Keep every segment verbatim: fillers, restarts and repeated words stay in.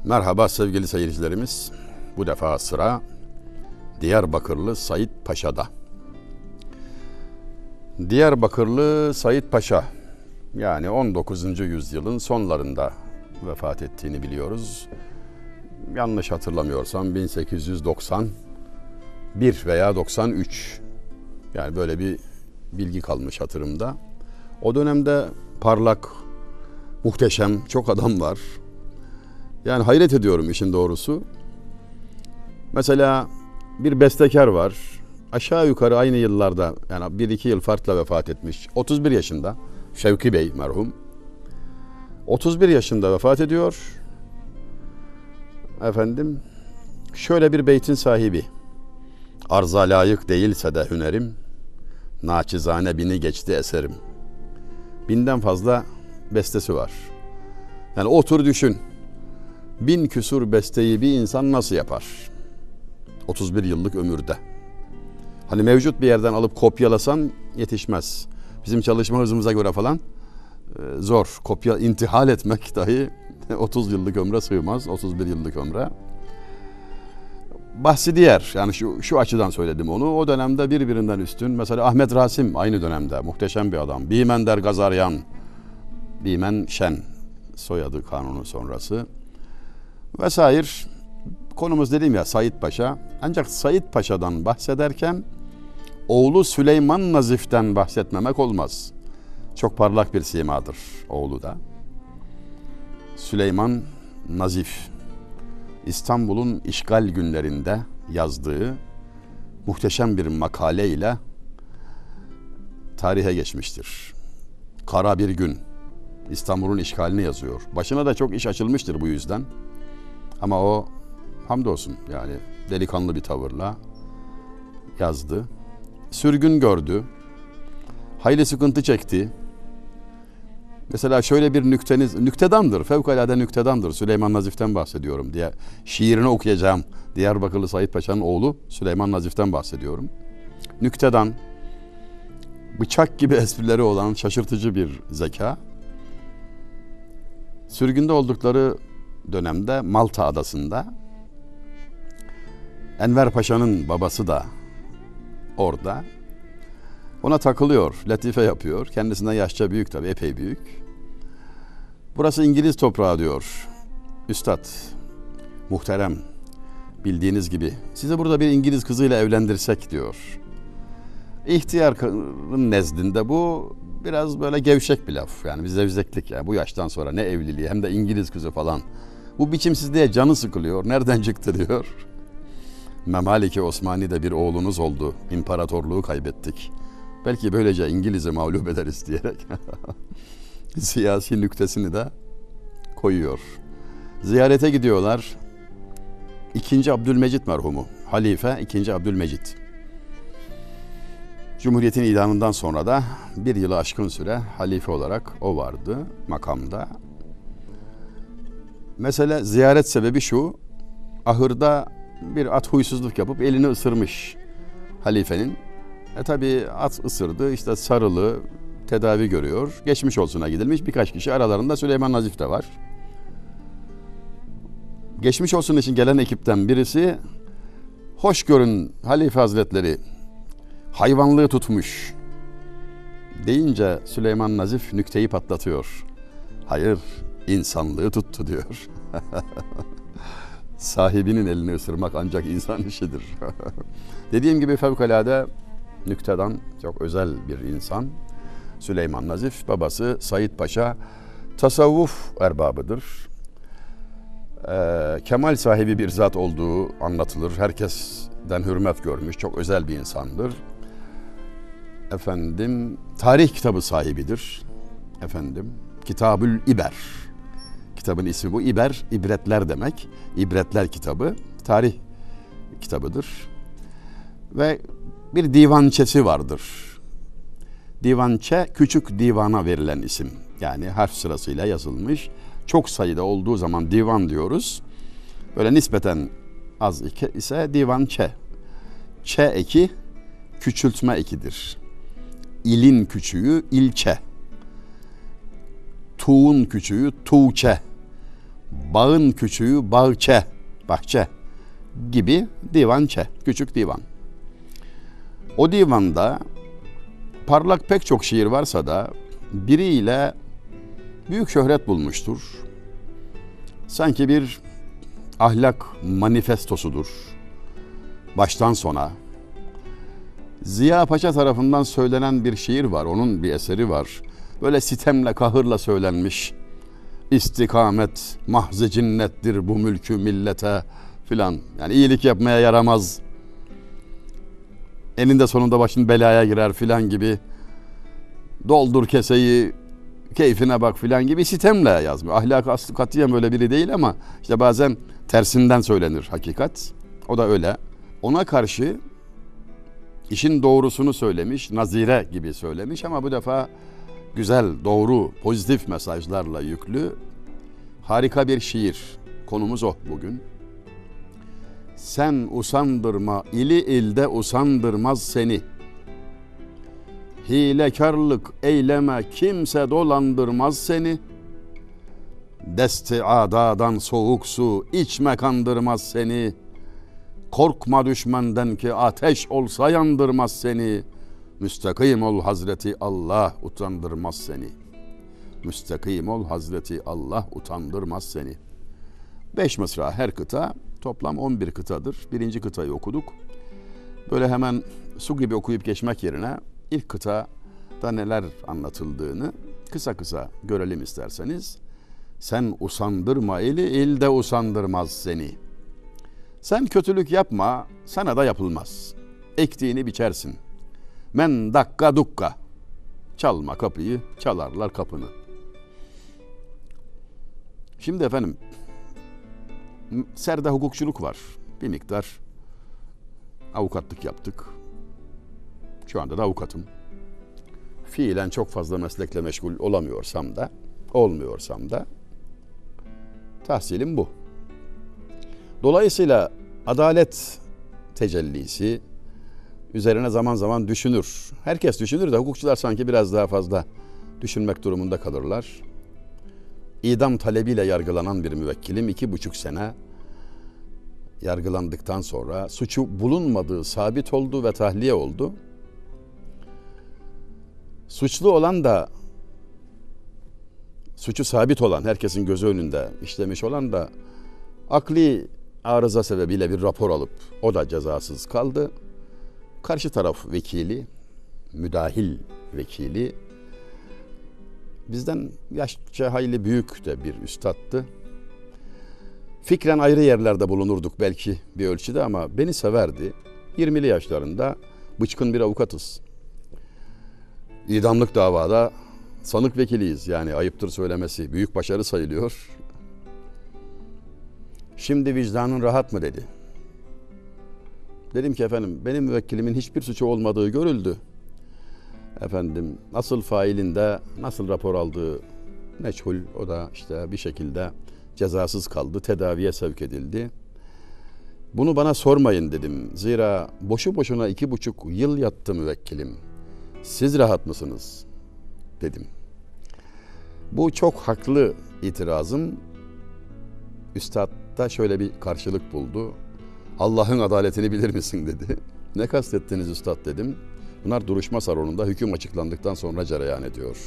Merhaba sevgili seyircilerimiz. Bu defa sıra Diyarbakırlı Said Paşa'da. Diyarbakırlı Said Paşa, yani on dokuzuncu yüzyılın sonlarında vefat ettiğini biliyoruz. Yanlış hatırlamıyorsam bin sekiz yüz doksan bir veya doksan üç, yani böyle bir bilgi kalmış hatırımda. O dönemde parlak, muhteşem çok adam var. Yani hayret ediyorum işin doğrusu. Mesela bir bestekar var. Aşağı yukarı aynı yıllarda, yani bir iki yıl farkla vefat etmiş. otuz bir yaşında Şevki Bey merhum. otuz bir yaşında vefat ediyor. Efendim, şöyle bir beytin sahibi. Arza layık değilse de hünerim, naçizane bini geçti eserim. Binden fazla bestesi var. Yani otur düşün. Bin küsur besteyi bir insan nasıl yapar? otuz bir yıllık ömürde. Hani mevcut bir yerden alıp kopyalasan yetişmez. Bizim çalışma hızımıza göre falan e, zor. Kopya intihal etmek dahi otuz yıllık ömre sığmaz. otuz bir yıllık ömre. Bahsi diğer. Yani şu, şu açıdan söyledim onu. O dönemde birbirinden üstün. Mesela Ahmet Rasim aynı dönemde. Muhteşem bir adam. Bimender Gazaryan. Bimen Şen. Soyadı kanunu sonrası. Vesaire. Konumuz dedim ya Said Paşa. Ancak Said Paşa'dan bahsederken oğlu Süleyman Nazif'ten bahsetmemek olmaz. Çok parlak bir simadır oğlu da. Süleyman Nazif, İstanbul'un işgal günlerinde yazdığı muhteşem bir makale ile tarihe geçmiştir. Kara bir gün İstanbul'un işgalini yazıyor. Başına da çok iş açılmıştır bu yüzden. Ama o hamdolsun yani delikanlı bir tavırla yazdı. Sürgün gördü. Hayli sıkıntı çekti. Mesela şöyle bir nükteniz, nüktedandır, fevkalade nüktedandır. Süleyman Nazif'ten bahsediyorum diye. Şiirini okuyacağım. Diyarbakırlı Said Paşa'nın oğlu Süleyman Nazif'ten bahsediyorum. Nüktedan, bıçak gibi esprileri olan şaşırtıcı bir zeka. Sürgünde oldukları dönemde Malta adasında Enver Paşa'nın babası da orada. Ona takılıyor, latife yapıyor. Kendisinden yaşça büyük tabii, epey büyük. Burası İngiliz toprağı diyor. Üstad, muhterem, bildiğiniz gibi sizi burada bir İngiliz kızıyla evlendirsek diyor. İhtiyarın nezdinde bu biraz böyle gevşek bir laf. Yani bir zevzeklik yani bu yaştan sonra ne evliliği hem de İngiliz kızı falan. Bu biçimsizliğe canı sıkılıyor. Nereden çıktı diyor. Memaliki Osmani'de bir oğlunuz oldu. İmparatorluğu kaybettik. Belki böylece İngiliz'i mağlup ederiz diyerek siyasi nüktesini de koyuyor. Ziyarete gidiyorlar. İkinci Abdülmecit merhumu. Halife ikinci Abdülmecit. Cumhuriyetin ilanından sonra da bir yılı aşkın süre halife olarak o vardı makamda. Mesela ziyaret sebebi şu. Ahırda bir at huysuzluk yapıp elini ısırmış halifenin. E tabi at ısırdı, işte sarılı, tedavi görüyor. Geçmiş olsuna gidilmiş birkaç kişi, aralarında Süleyman Nazif de var. Geçmiş olsun için gelen ekipten birisi, hoş görün Halife Hazretleri, hayvanlığı tutmuş deyince Süleyman Nazif nükteyi patlatıyor. Hayır, insanlığı tuttu diyor. Sahibinin elini ısırmak ancak insan işidir. Dediğim gibi fevkalade nüktedan, çok özel bir insan. Süleyman Nazif, babası Said Paşa tasavvuf erbabıdır. Ee, kemal sahibi bir zat olduğu anlatılır. Herkesten hürmet görmüş, çok özel bir insandır. Efendim, tarih kitabı sahibidir. Efendim, Kitabül İber. Kitabın ismi bu. İber, ibretler demek. İbretler kitabı, tarih kitabıdır. Ve bir divançesi vardır. Divançe, küçük divana verilen isim. Yani harf sırasıyla yazılmış. Çok sayıda olduğu zaman divan diyoruz. Böyle nispeten az ise divançe. Ç eki, küçültme ekidir. İlin küçüğü ilçe. Tuğun küçüğü tuğçe. Bağın küçüğü bahçe, bahçe gibi divançe, küçük divan. O divanda parlak pek çok şiir varsa da biriyle büyük şöhret bulmuştur. Sanki bir ahlak manifestosudur. Baştan sona. Ziya Paşa tarafından söylenen bir şiir var, onun bir eseri var. Böyle sitemle, kahırla söylenmiş. İstikamet mahz-ı cinnettir bu mülkü millete filan. Yani iyilik yapmaya yaramaz. Eninde sonunda başın belaya girer filan gibi. Doldur keseyi, keyfine bak filan gibi sitemle yazmıyor. Ahlak aslı katiyen böyle biri değil ama işte bazen tersinden söylenir hakikat. O da öyle. Ona karşı işin doğrusunu söylemiş, nazire gibi söylemiş ama bu defa güzel, doğru, pozitif mesajlarla yüklü harika bir şiir. Konumuz o bugün. Sen usandırma, ili ilde usandırmaz seni. Hilekarlık eyleme, kimse dolandırmaz seni. Desti adadan soğuk su, içme kandırmaz seni. Korkma düşmenden ki ateş olsa yandırmaz seni. Müstakim ol Hazreti Allah utandırmaz seni. Müstakim ol Hazreti Allah utandırmaz seni. Beş mısra her kıta, toplam on bir kıtadır. Birinci kıtayı okuduk. Böyle hemen su gibi okuyup geçmek yerine ilk kıtada neler anlatıldığını kısa kısa görelim isterseniz. Sen usandırma eli, ilde usandırmaz seni. Sen kötülük yapma, sana da yapılmaz. Ektiğini biçersin. Men dakka dukka. Çalma kapıyı, çalarlar kapını. Şimdi efendim, serde hukukçuluk var. Bir miktar avukatlık yaptık. Şu anda da avukatım. Fiilen çok fazla meslekle meşgul olamıyorsam da, olmuyorsam da tahsilim bu. Dolayısıyla adalet tecellisi üzerine zaman zaman düşünür. Herkes düşünür de hukukçular sanki biraz daha fazla düşünmek durumunda kalırlar. İdam talebiyle yargılanan bir müvekkilim iki buçuk sene yargılandıktan sonra suçu bulunmadığı sabit oldu ve tahliye oldu. Suçlu olan da, suçu sabit olan, herkesin gözü önünde işlemiş olan da akli arıza sebebiyle bir rapor alıp o da cezasız kaldı. Karşı taraf vekili, müdahil vekili, bizden yaşça hayli büyük de bir üstattı. Fikren ayrı yerlerde bulunurduk belki bir ölçüde ama beni severdi. yirmili yaşlarında bıçkın bir avukatız. İdamlık davada sanık vekiliyiz, yani ayıptır söylemesi, büyük başarı sayılıyor. Şimdi vicdanın rahat mı dedi. Dedim ki efendim benim müvekkilimin hiçbir suçu olmadığı görüldü. Efendim asıl failinde nasıl rapor aldığı meçhul, o da işte bir şekilde cezasız kaldı, tedaviye sevk edildi. Bunu bana sormayın dedim. Zira boşu boşuna iki buçuk yıl yattı müvekkilim. Siz rahat mısınız? Dedim. Bu çok haklı itirazım. Üstad da şöyle bir karşılık buldu. Allah'ın adaletini bilir misin dedi. Ne kastettiniz üstad dedim. Bunlar duruşma salonunda hüküm açıklandıktan sonra cereyan ediyor.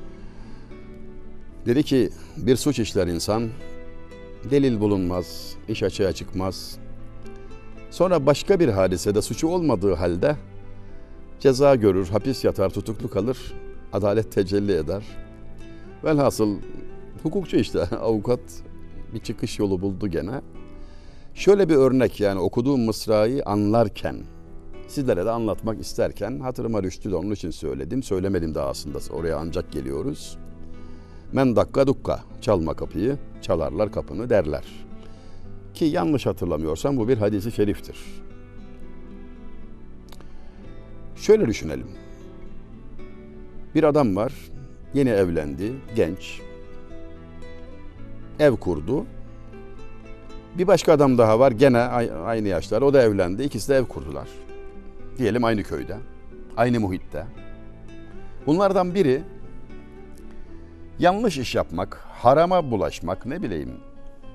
Dedi ki bir suç işler insan, delil bulunmaz, iş açığa çıkmaz. Sonra başka bir hadisede suçu olmadığı halde ceza görür, hapis yatar, tutuklu kalır, adalet tecelli eder. Velhasıl hukukçu işte, avukat bir çıkış yolu buldu gene. Şöyle bir örnek, yani okuduğum mısrayı anlarken, sizlere de anlatmak isterken hatırıma düştü de onun için söyledim. Söylemedim daha aslında, oraya ancak geliyoruz. Men dakka dukka, çalma kapıyı, çalarlar kapını derler. Ki yanlış hatırlamıyorsam bu bir hadisi şeriftir. Şöyle düşünelim. Bir adam var, yeni evlendi, genç. Ev kurdu. Bir başka adam daha var, gene aynı yaşlar, o da evlendi. İkisi de ev kurdular. Diyelim aynı köyde, aynı muhitte. Bunlardan biri yanlış iş yapmak, harama bulaşmak, ne bileyim,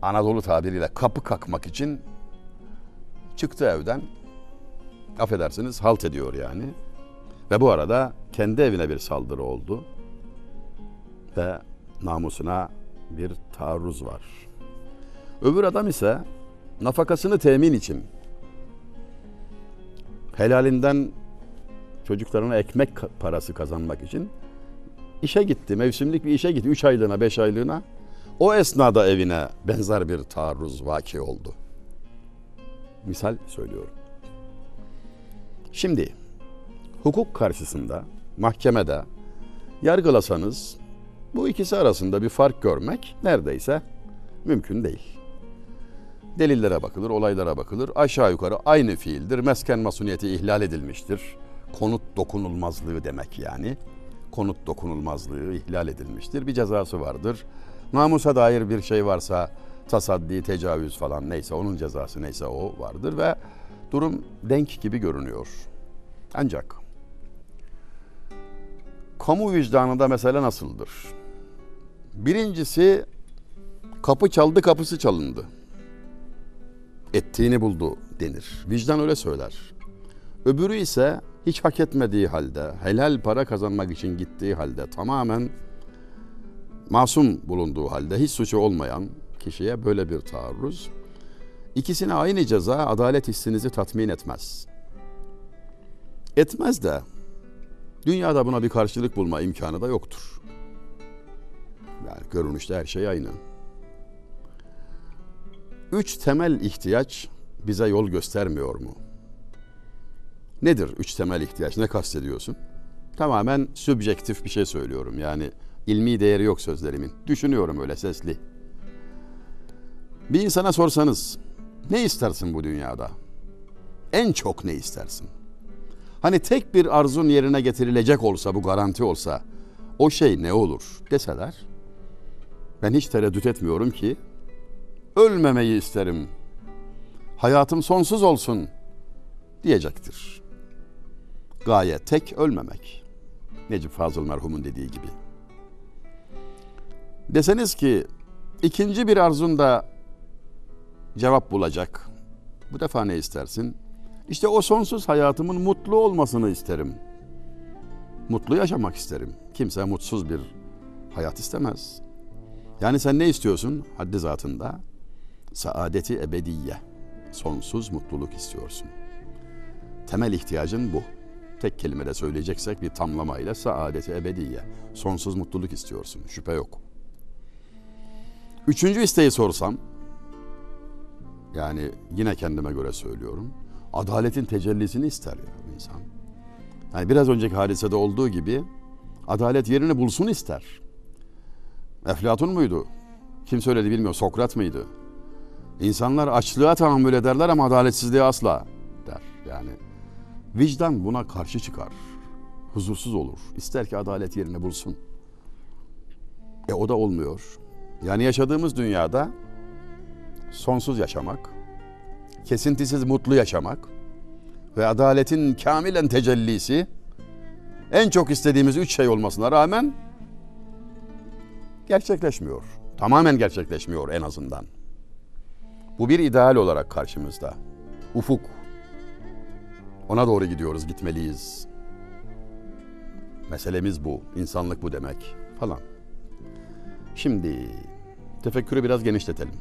Anadolu tabiriyle kapı kakmak için çıktı evden. Affedersiniz, halt ediyor yani. Ve bu arada kendi evine bir saldırı oldu. Ve namusuna bir taarruz var. Öbür adam ise nafakasını temin için, helalinden çocuklarına ekmek parası kazanmak için işe gitti. Mevsimlik bir işe gitti. Üç aylığına, beş aylığına. O esnada evine benzer bir taarruz vaki oldu. Misal söylüyorum. Şimdi hukuk karşısında, mahkemede yargılasanız bu ikisi arasında bir fark görmek neredeyse mümkün değil. Delillere bakılır, olaylara bakılır. Aşağı yukarı aynı fiildir. Mesken masuniyeti ihlal edilmiştir. Konut dokunulmazlığı demek yani. Konut dokunulmazlığı ihlal edilmiştir. Bir cezası vardır. Namusa dair bir şey varsa tasaddi, tecavüz falan neyse onun cezası neyse o vardır ve durum denk gibi görünüyor. Ancak kamu vicdanında mesele nasıldır? Birincisi kapı çaldı, kapısı çalındı. Ettiğini buldu denir. Vicdan öyle söyler. Öbürü ise hiç hak etmediği halde, helal para kazanmak için gittiği halde, tamamen masum bulunduğu halde, hiç suçu olmayan kişiye böyle bir taarruz, ikisine aynı ceza adalet hissinizi tatmin etmez. Etmez de dünyada buna bir karşılık bulma imkanı da yoktur. Yani görünüşte her şey aynı. Üç temel ihtiyaç bize yol göstermiyor mu? Nedir üç temel ihtiyaç? Ne kastediyorsun? Tamamen sübjektif bir şey söylüyorum. Yani ilmi değeri yok sözlerimin. Düşünüyorum öyle sesli. Bir insana sorsanız ne istersin bu dünyada? En çok ne istersin? Hani tek bir arzun yerine getirilecek olsa, bu garanti olsa o şey ne olur deseler, ben hiç tereddüt etmiyorum ki ölmemeyi isterim, hayatım sonsuz olsun diyecektir. Gaye tek ölmemek. Necip Fazıl merhumun dediği gibi. Deseniz ki ikinci bir arzun da cevap bulacak. Bu defa ne istersin? İşte o sonsuz hayatımın mutlu olmasını isterim. Mutlu yaşamak isterim. Kimse mutsuz bir hayat istemez. Yani sen ne istiyorsun? Haddi zatında saadeti ebediye, sonsuz mutluluk istiyorsun. Temel ihtiyacın bu. Tek kelimede söyleyeceksek bir tamlamayla saadeti ebediye, sonsuz mutluluk istiyorsun. Şüphe yok. Üçüncü isteği sorsam, yani yine kendime göre söylüyorum, adaletin tecellisini ister ya insan. Yani biraz önceki hadisede olduğu gibi adalet yerini bulsun ister. Eflatun muydu? Kim söyledi bilmiyorum. Sokrat mıydı? İnsanlar açlığa tahammül ederler ama adaletsizliğe asla der. Yani vicdan buna karşı çıkar. Huzursuz olur. İster ki adalet yerini bulsun. E o da olmuyor. Yani yaşadığımız dünyada sonsuz yaşamak, kesintisiz mutlu yaşamak ve adaletin kamilen tecellisi en çok istediğimiz üç şey olmasına rağmen gerçekleşmiyor. Tamamen gerçekleşmiyor en azından. Bu bir ideal olarak karşımızda. Ufuk. Ona doğru gidiyoruz, gitmeliyiz. Meselemiz bu, insanlık bu demek falan. Şimdi tefekkürü biraz genişletelim.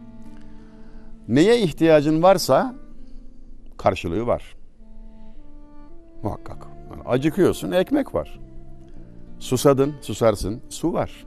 Neye ihtiyacın varsa karşılığı var. Muhakkak. Yani acıkıyorsun, ekmek var. Susadın, susarsın, su var.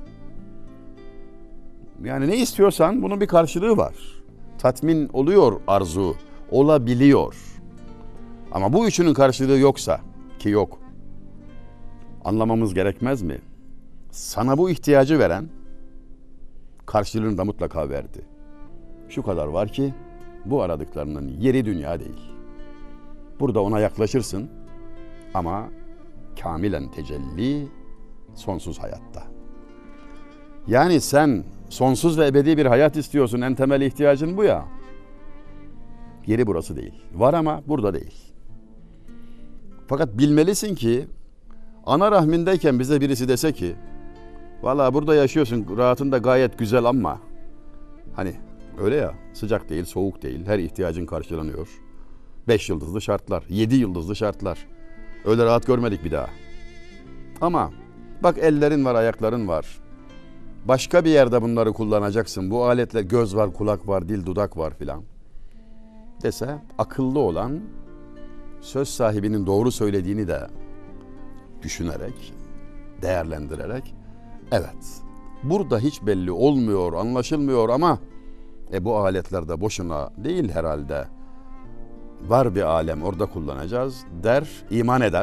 Yani ne istiyorsan bunun bir karşılığı var. Tatmin oluyor arzu, olabiliyor. Ama bu üçünün karşılığı yoksa, ki yok, anlamamız gerekmez mi? Sana bu ihtiyacı veren karşılığını da mutlaka verdi. Şu kadar var ki bu aradıklarının yeri dünya değil. Burada ona yaklaşırsın ama kamilen tecelli sonsuz hayatta. Yani sen sonsuz ve ebedi bir hayat istiyorsun, en temel ihtiyacın bu ya. Yeri burası değil. Var ama burada değil. Fakat bilmelisin ki ana rahmindeyken bize birisi dese ki vallahi burada yaşıyorsun, rahatın da gayet güzel ama hani Öyle ya, sıcak değil, soğuk değil, her ihtiyacın karşılanıyor. Beş yıldızlı şartlar, yedi yıldızlı şartlar. Öyle rahat görmedik bir daha. Ama bak ellerin var, ayakların var. Başka bir yerde bunları kullanacaksın. Bu aletler göz var, kulak var, dil, dudak var filan. Dese akıllı olan söz sahibinin doğru söylediğini de düşünerek, değerlendirerek evet burada hiç belli olmuyor, anlaşılmıyor ama e bu aletler de boşuna değil herhalde. Var bir alem orada kullanacağız der, iman eder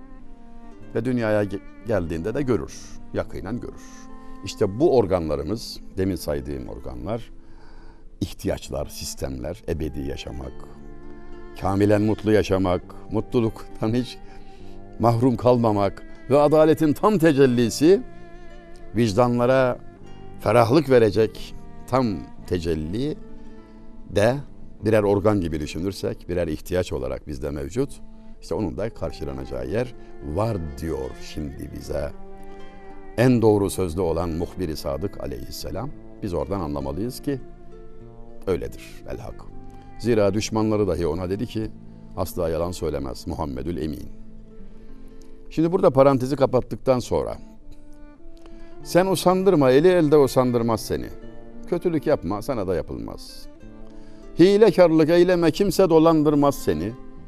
ve dünyaya geldiğinde de görür, yakinen görür. İşte bu organlarımız, demin saydığım organlar, ihtiyaçlar, sistemler, ebedi yaşamak, kamilen mutlu yaşamak, mutluluktan hiç mahrum kalmamak ve adaletin tam tecellisi, vicdanlara ferahlık verecek tam tecelli de birer organ gibi düşünürsek, birer ihtiyaç olarak bizde mevcut. İşte onun da karşılanacağı yer var diyor şimdi bize. En doğru sözlü olan muhbir-i sadık aleyhisselam. Biz oradan anlamalıyız ki öyledir el-hak. Zira düşmanları dahi ona dedi ki asla yalan söylemez Muhammedül Emin. Şimdi burada parantezi kapattıktan sonra sen usandırma, eli elde usandırmaz seni. Kötülük yapma, sana da yapılmaz. Hilekarlık eyleme, kimse dolandırmaz seni.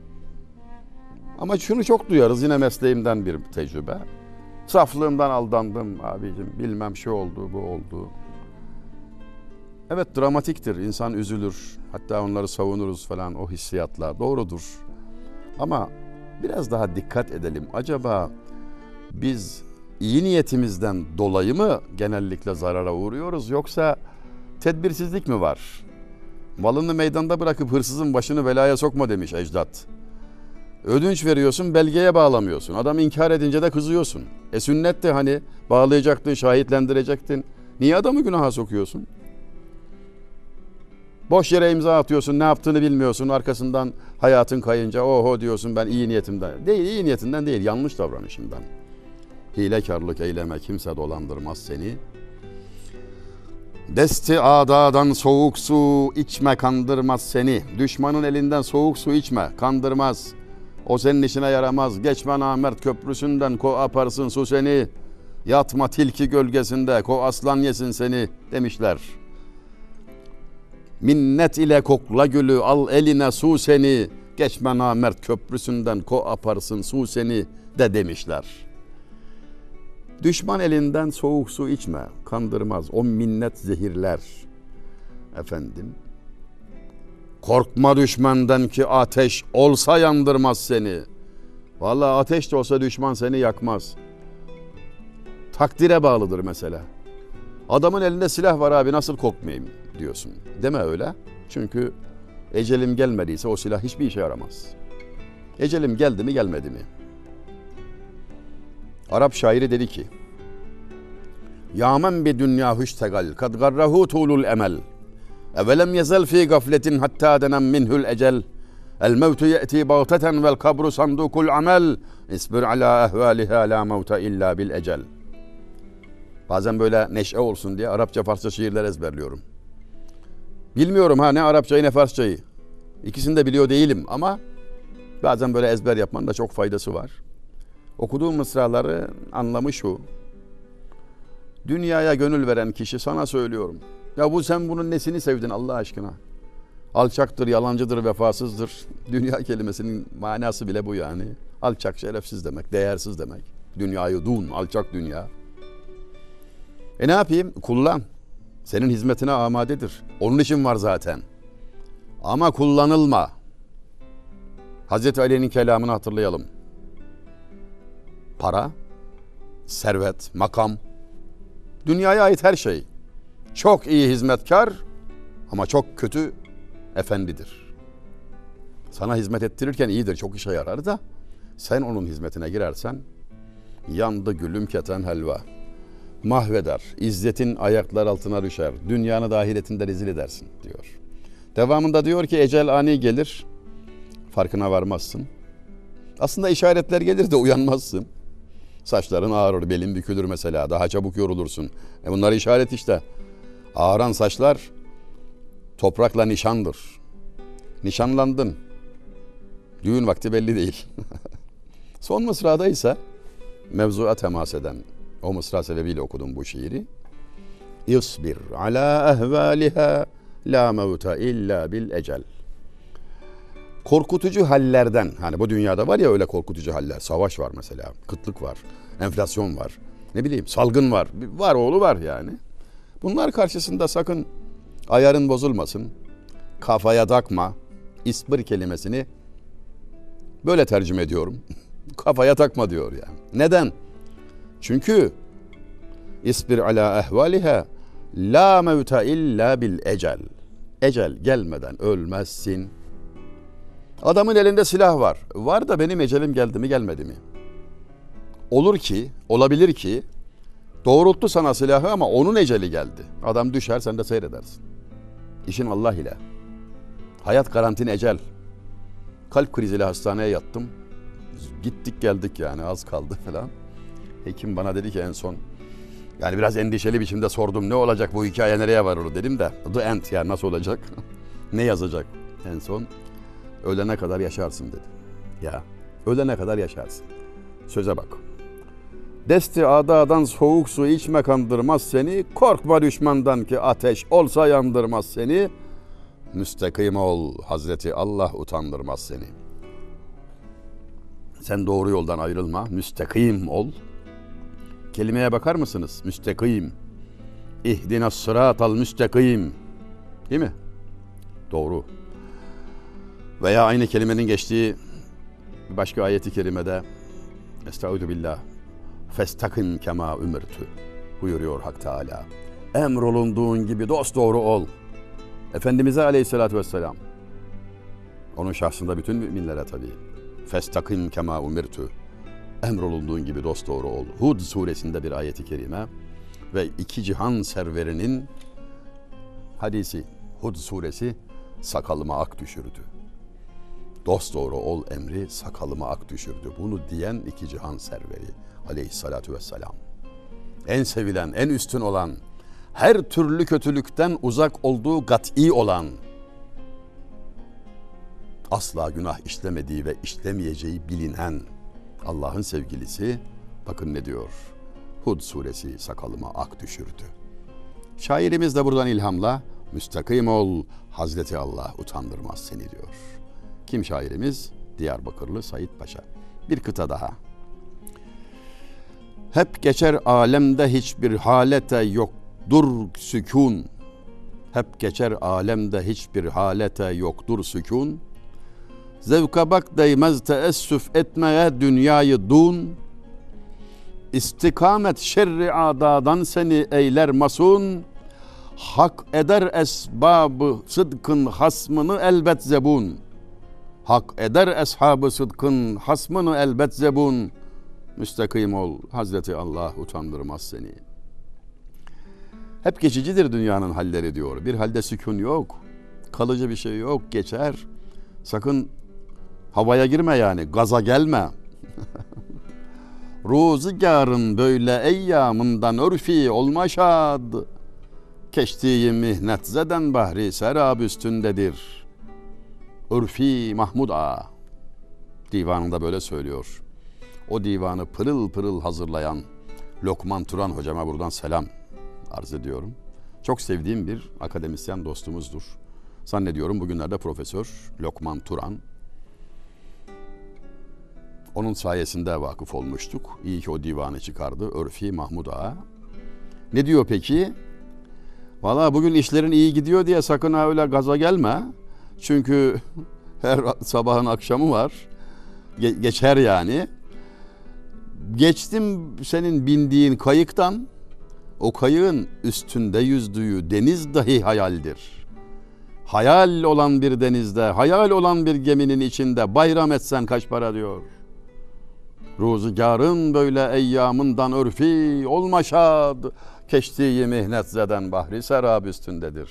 Ama şunu çok duyarız, yine mesleğimden bir tecrübe. Saflığımdan aldandım abicim, bilmem şu oldu, bu oldu. Evet, dramatiktir, insan üzülür. Hatta onları savunuruz falan, o hissiyatla doğrudur. Ama biraz daha dikkat edelim. Acaba biz iyi niyetimizden dolayı mı genellikle zarara uğruyoruz, yoksa tedbirsizlik mi var? Malını meydanda bırakıp hırsızın başını belaya sokma demiş ecdat. Ödünç veriyorsun, belgeye bağlamıyorsun. Adam inkar edince de kızıyorsun. E sünnet de hani bağlayacaktın, şahitlendirecektin. Niye adamı günaha sokuyorsun? Boş yere imza atıyorsun, ne yaptığını bilmiyorsun. Arkasından hayatın kayınca oho diyorsun, ben iyi niyetimden. Değil, iyi niyetinden değil, yanlış davranışından. Hilekarlık eyleme, kimse dolandırmaz seni. Desti adadan soğuk su içme, kandırmaz seni. Düşmanın elinden soğuk su içme, kandırmaz. O senin işine yaramaz. Geçme namert köprüsünden, ko aparsın su seni. Yatma tilki gölgesinde, ko aslan yesin seni demişler. Minnet ile kokla gülü, al eline su seni. Geçme namert köprüsünden, ko aparsın su seni de demişler. Düşman elinden soğuk su içme, kandırmaz. O minnet zehirler. Efendim, korkma düşmandan ki ateş olsa yandırmaz seni. Vallahi ateş de olsa düşman seni yakmaz. Takdire bağlıdır mesela. Adamın elinde silah var abi, nasıl korkmayayım diyorsun. Deme öyle. Çünkü ecelim gelmediyse o silah hiçbir işe yaramaz. Ecelim geldi mi gelmedi mi? Arap şairi dedi ki: "Ya men bi dünya hüştegal kad garrahu tulul emel. Evelem yezel fi gafletin hatta denem minhul ecel. El mevtu ye'ti bağteten vel kabru sandukul amel. İsbir ala ehvaliha la mevta illa bil ecel." Bazen böyle neşe olsun diye Arapça Farsça şiirler ezberliyorum. Bilmiyorum ha ne Arapçayı ne Farsçayı. İkisini de biliyor değilim ama bazen böyle ezber yapmanın da çok faydası var. Okuduğum mısraları anlamı şu: dünyaya gönül veren kişi, sana söylüyorum. Ya bu sen bunun nesini sevdin Allah aşkına? Alçaktır, yalancıdır, vefasızdır. Dünya kelimesinin manası bile bu yani. Alçak, şerefsiz demek, değersiz demek. Dünyayı dun, alçak dünya. E ne yapayım? Kullan. Senin hizmetine amadedir. Onun için var zaten. Ama kullanılma. Hazreti Ali'nin kelamını hatırlayalım. Para, servet, makam, dünyaya ait her şey. Çok iyi hizmetkar ama çok kötü efendidir. Sana hizmet ettirirken iyidir, çok işe yarar da sen onun hizmetine girersen yandı gülüm keten helva. Mahveder, izzetin ayaklar altına düşer, dünyanı da ahiretinde rezil edersin diyor. Devamında diyor ki ecel ani gelir, farkına varmazsın. Aslında işaretler gelir de uyanmazsın. Saçların ağrır, belin bükülür mesela, daha çabuk yorulursun. E bunlar işaret işte. Ağıran saçlar Toprakla nişandır. Nişanlandın. Düğün vakti belli değil. Son mısrada ise mevzuya temas eden o mısra sebebiyle okudum bu şiiri. İsbir ala ehvaliha la mevta illa bil ecel. Korkutucu hallerden, hani bu dünyada var ya öyle korkutucu haller. Savaş var mesela, kıtlık var, enflasyon var, ne bileyim salgın var. Var oğlu var yani. Bunlar karşısında sakın ayarın bozulmasın. Kafaya takma. İsbir kelimesini böyle tercüme ediyorum. Kafaya takma diyor yani. Neden? Çünkü İsbir ala ehvaliha la mevta illa bil ecel. Ecel gelmeden ölmezsin. Adamın elinde silah var. Var da benim ecelim geldi mi gelmedi mi? Olur ki, olabilir ki doğrulttu sana silahı ama onun eceli geldi. Adam düşer, sen de seyredersin. İşin Allah ile. Hayat garantin ecel. Kalp kriziyle hastaneye yattım. Gittik geldik yani az kaldı falan. Hekim bana dedi ki en son, yani biraz endişeli biçimde sordum, ne olacak bu hikaye, nereye varır dedim de the end, yani nasıl olacak? Ne yazacak en son? Ölene kadar yaşarsın dedi. Ya ölene kadar yaşarsın. Söze bak. Desti adadan soğuk su içme kandırmaz seni. Korkma düşmandan ki ateş olsa yandırmaz seni. Müstakim ol Hazreti Allah utandırmaz seni. Sen doğru yoldan ayrılma. Müstakim ol. Kelimeye bakar mısınız? Müstakim. İhdina sıratal müstakim. Değil mi? Doğru. Veya aynı kelimenin geçtiği bir başka ayeti kerimede Estaizu billah festakim kema ümirtü buyuruyor Hak Teala. Emrolunduğun gibi dosdoğru ol. Efendimiz'e aleyhissalatü vesselam, onun şahsında bütün müminlere tabii. Festakim kema ümirtü, emrolunduğun gibi dosdoğru ol. Hud suresinde bir ayeti kerime ve iki cihan serverinin hadisi. Hud suresi sakalıma ak düşürdü. Dosdoğru ol emri sakalıma ak düşürdü. Bunu diyen iki cihan serveri aleyhissalatu vesselam. En sevilen, en üstün olan, her türlü kötülükten uzak olduğu kat'i olan, asla günah işlemediği ve işlemeyeceği bilinen Allah'ın sevgilisi, bakın ne diyor? Hud suresi sakalıma ak düşürdü. Şairimiz de buradan ilhamla müstakim ol Hazreti Allah utandırmaz seni diyor. Kim şairimiz? Diyarbakırlı Said Paşa. Bir kıta daha. Hep geçer alemde hiçbir halete yoktur sükun. Hep geçer alemde hiçbir halete yoktur sükun. Zevka bak değmez teessüf etmeye dünyayı dun. İstikamet şerri adadan seni eyler masun. Hak eder esbabı sıdkın hasmını elbet zebun. Hak eder eshabı sıdkın hasmını elbet zebun. Müstakim ol Hazreti Allah utandırmaz seni. Hep geçicidir dünyanın halleri diyor. Bir halde sükun yok. Kalıcı bir şey yok. Geçer. Sakın havaya girme yani. Gaza gelme. Ruzigarın böyle eyyamından örfi olma şad. Keştiği mihnet zeden bahri serab üstündedir. Ürfi Mahmud Ağa divanında böyle söylüyor. O divanı pırıl pırıl hazırlayan Lokman Turan hocama buradan selam arz ediyorum. Çok sevdiğim bir akademisyen dostumuzdur. Zannediyorum bugünlerde Profesör Lokman Turan. Onun sayesinde vakıf olmuştuk. İyi ki o divanı çıkardı. Ürfi Mahmud Ağa. Ne diyor peki? Valla bugün işlerin iyi gidiyor diye sakın ha öyle gaza gelme. Çünkü her sabahın akşamı var. Ge- geçer yani. Geçtim senin bindiğin kayıktan. O kayığın üstünde yüzdüğü deniz dahi hayaldir. Hayal olan bir denizde, hayal olan bir geminin içinde bayram etsen kaç para diyor. Ruzigarın böyle eyyamından örfi olma şad. Keştiği mihnet zeden bahri serab üstündedir.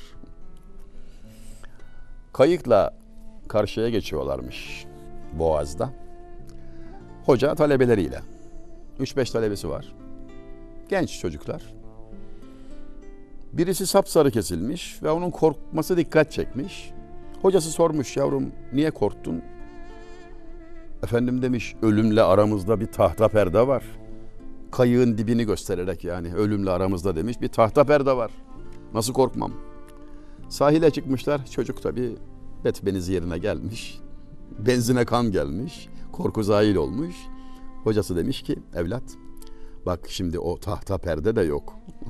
Kayıkla karşıya geçiyorlarmış Boğaz'da. Hoca talebeleriyle. Üç beş talebesi var. Genç çocuklar. Birisi sapsarı kesilmiş ve onun korkması dikkat çekmiş. Hocası sormuş, yavrum niye korktun? Efendim demiş, ölümle aramızda bir tahta perde var. Kayığın dibini göstererek yani ölümle aramızda demiş bir tahta perde var. Nasıl korkmam? Sahile çıkmışlar. Çocuk tabii betbeniz yerine gelmiş. Benzine kan gelmiş. Korku zahil olmuş. Hocası demiş ki evlat bak şimdi o tahta perde de yok.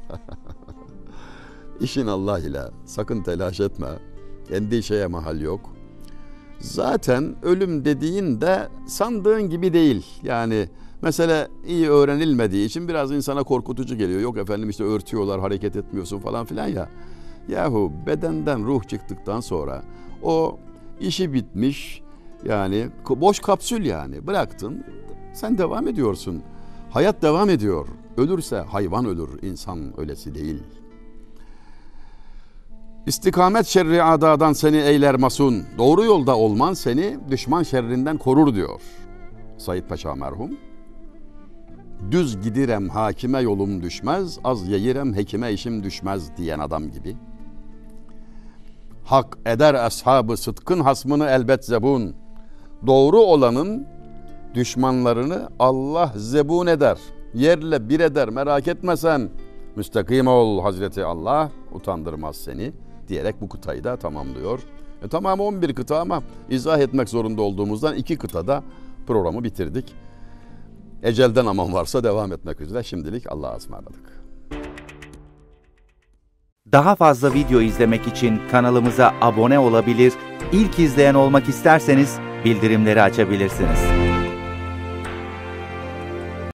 İşin Allah ile sakın telaş etme. Endişeye mahal yok. Zaten ölüm dediğin de sandığın gibi değil. Yani mesele iyi öğrenilmediği için biraz insana korkutucu geliyor. Yok efendim işte örtüyorlar, hareket etmiyorsun falan filan ya. Yahu bedenden ruh çıktıktan sonra o işi bitmiş yani boş kapsül yani bıraktın sen devam ediyorsun. Hayat devam ediyor. Ölürse hayvan ölür, insan ölesi değil. İstikamet şerri adadan seni eyler masun. Doğru yolda olman seni düşman şerrinden korur diyor Said Paşa merhum. Düz gidirem hakime yolum düşmez, az yeyirem hekime işim düşmez diyen adam gibi. Hak eder ashabı sıdkın hasmını elbet zebun. Doğru olanın düşmanlarını Allah zebun eder. Yerle bir eder merak etme sen. Müstakim ol Hazreti Allah utandırmaz seni diyerek bu kıtayı da tamamlıyor. E, tamam on bir kıta ama izah etmek zorunda olduğumuzdan iki kıtada programı bitirdik. Ecelden aman varsa devam etmek üzere. Şimdilik Allah'a ısmarladık. Daha fazla video izlemek için kanalımıza abone olabilir, ilk izleyen olmak isterseniz bildirimleri açabilirsiniz.